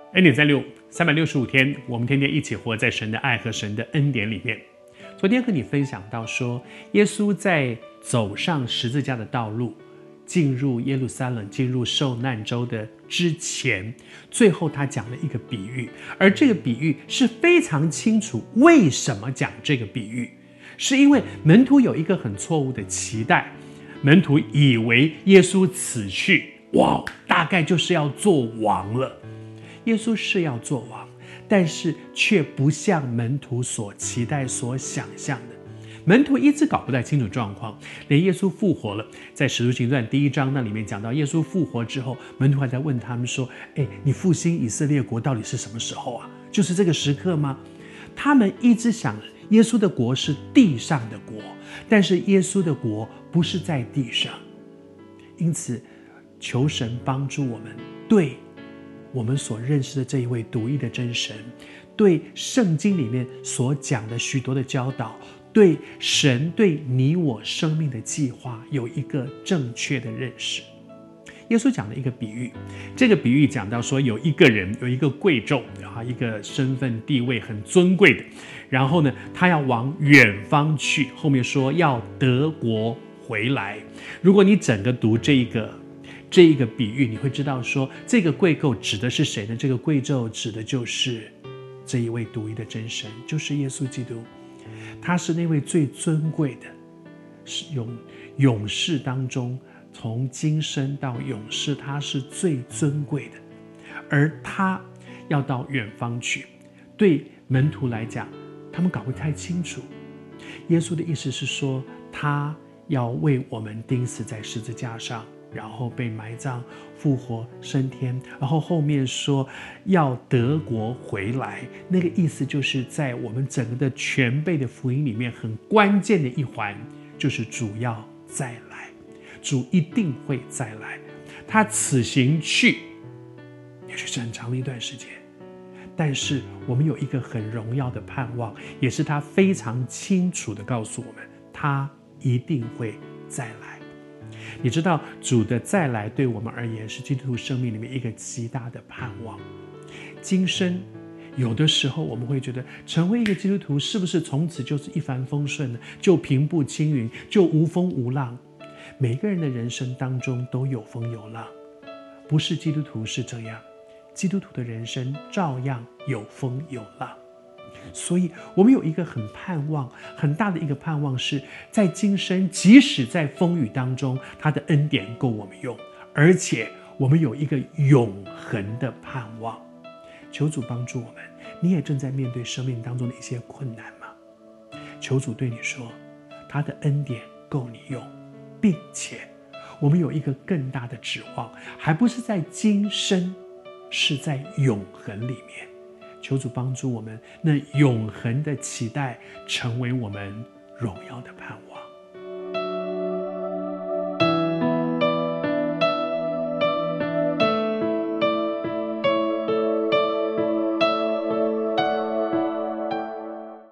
恩典365 365天，我们天天一起活在神的爱和神的恩典里面。昨天和你分享到说，耶稣在走上十字架的道路，进入耶路撒冷，进入受难周的之前，最后他讲了一个比喻，而这个比喻是非常清楚为什么讲这个比喻，是因为门徒有一个很错误的期待，门徒以为耶稣此去，哇，大概就是要做王了。耶稣是要做王，但是却不像门徒所期待、所想象的。门徒一直搞不太清楚状况，连耶稣复活了，在使徒行传1章那里面讲到，耶稣复活之后，门徒还在问他们说：“你复兴以色列国到底是什么时候啊？就是这个时刻吗？”他们一直想耶稣的国是地上的国，但是耶稣的国不是在地上。因此，求神帮助我们，对我们所认识的这一位独一的真神，对圣经里面所讲的许多的教导，对神对你我生命的计划有一个正确的认识。耶稣讲了一个比喻，这个比喻讲到说，有一个人有一个贵胄，一个身份地位很尊贵的，然后呢，他要往远方去，后面说要得国回来。如果你整个读这一个比喻，你会知道说，这个贵胄指的是谁呢？这个贵胄指的就是这一位独一的真神，就是耶稣基督。他是那位最尊贵的，是勇士当中，从今生到永世，他是最尊贵的。而他要到远方去，对门徒来讲，他们搞不太清楚。耶稣的意思是说，他要为我们钉死在十字架上，然后被埋葬，复活升天，然后后面说要得国回来，那个意思就是在我们整个的全备的福音里面很关键的一环，就是主要再来，主一定会再来。他此行去也许是很长的一段时间，但是我们有一个很荣耀的盼望，也是他非常清楚地告诉我们，他一定会再来。你知道主的再来对我们而言是基督徒生命里面一个极大的盼望。今生有的时候我们会觉得，成为一个基督徒是不是从此就是一帆风顺呢？就平步青云，就无风无浪？每个人的人生当中都有风有浪，不是基督徒是这样，基督徒的人生照样有风有浪。所以我们有一个很大的一个盼望，是在今生即使在风雨当中，他的恩典够我们用，而且我们有一个永恒的盼望。求主帮助我们。你也正在面对生命当中的一些困难吗？求主对你说，他的恩典够你用，并且我们有一个更大的指望，还不是在今生，是在永恒里面。求主帮助我们，那永恒的期待成为我们荣耀的盼望。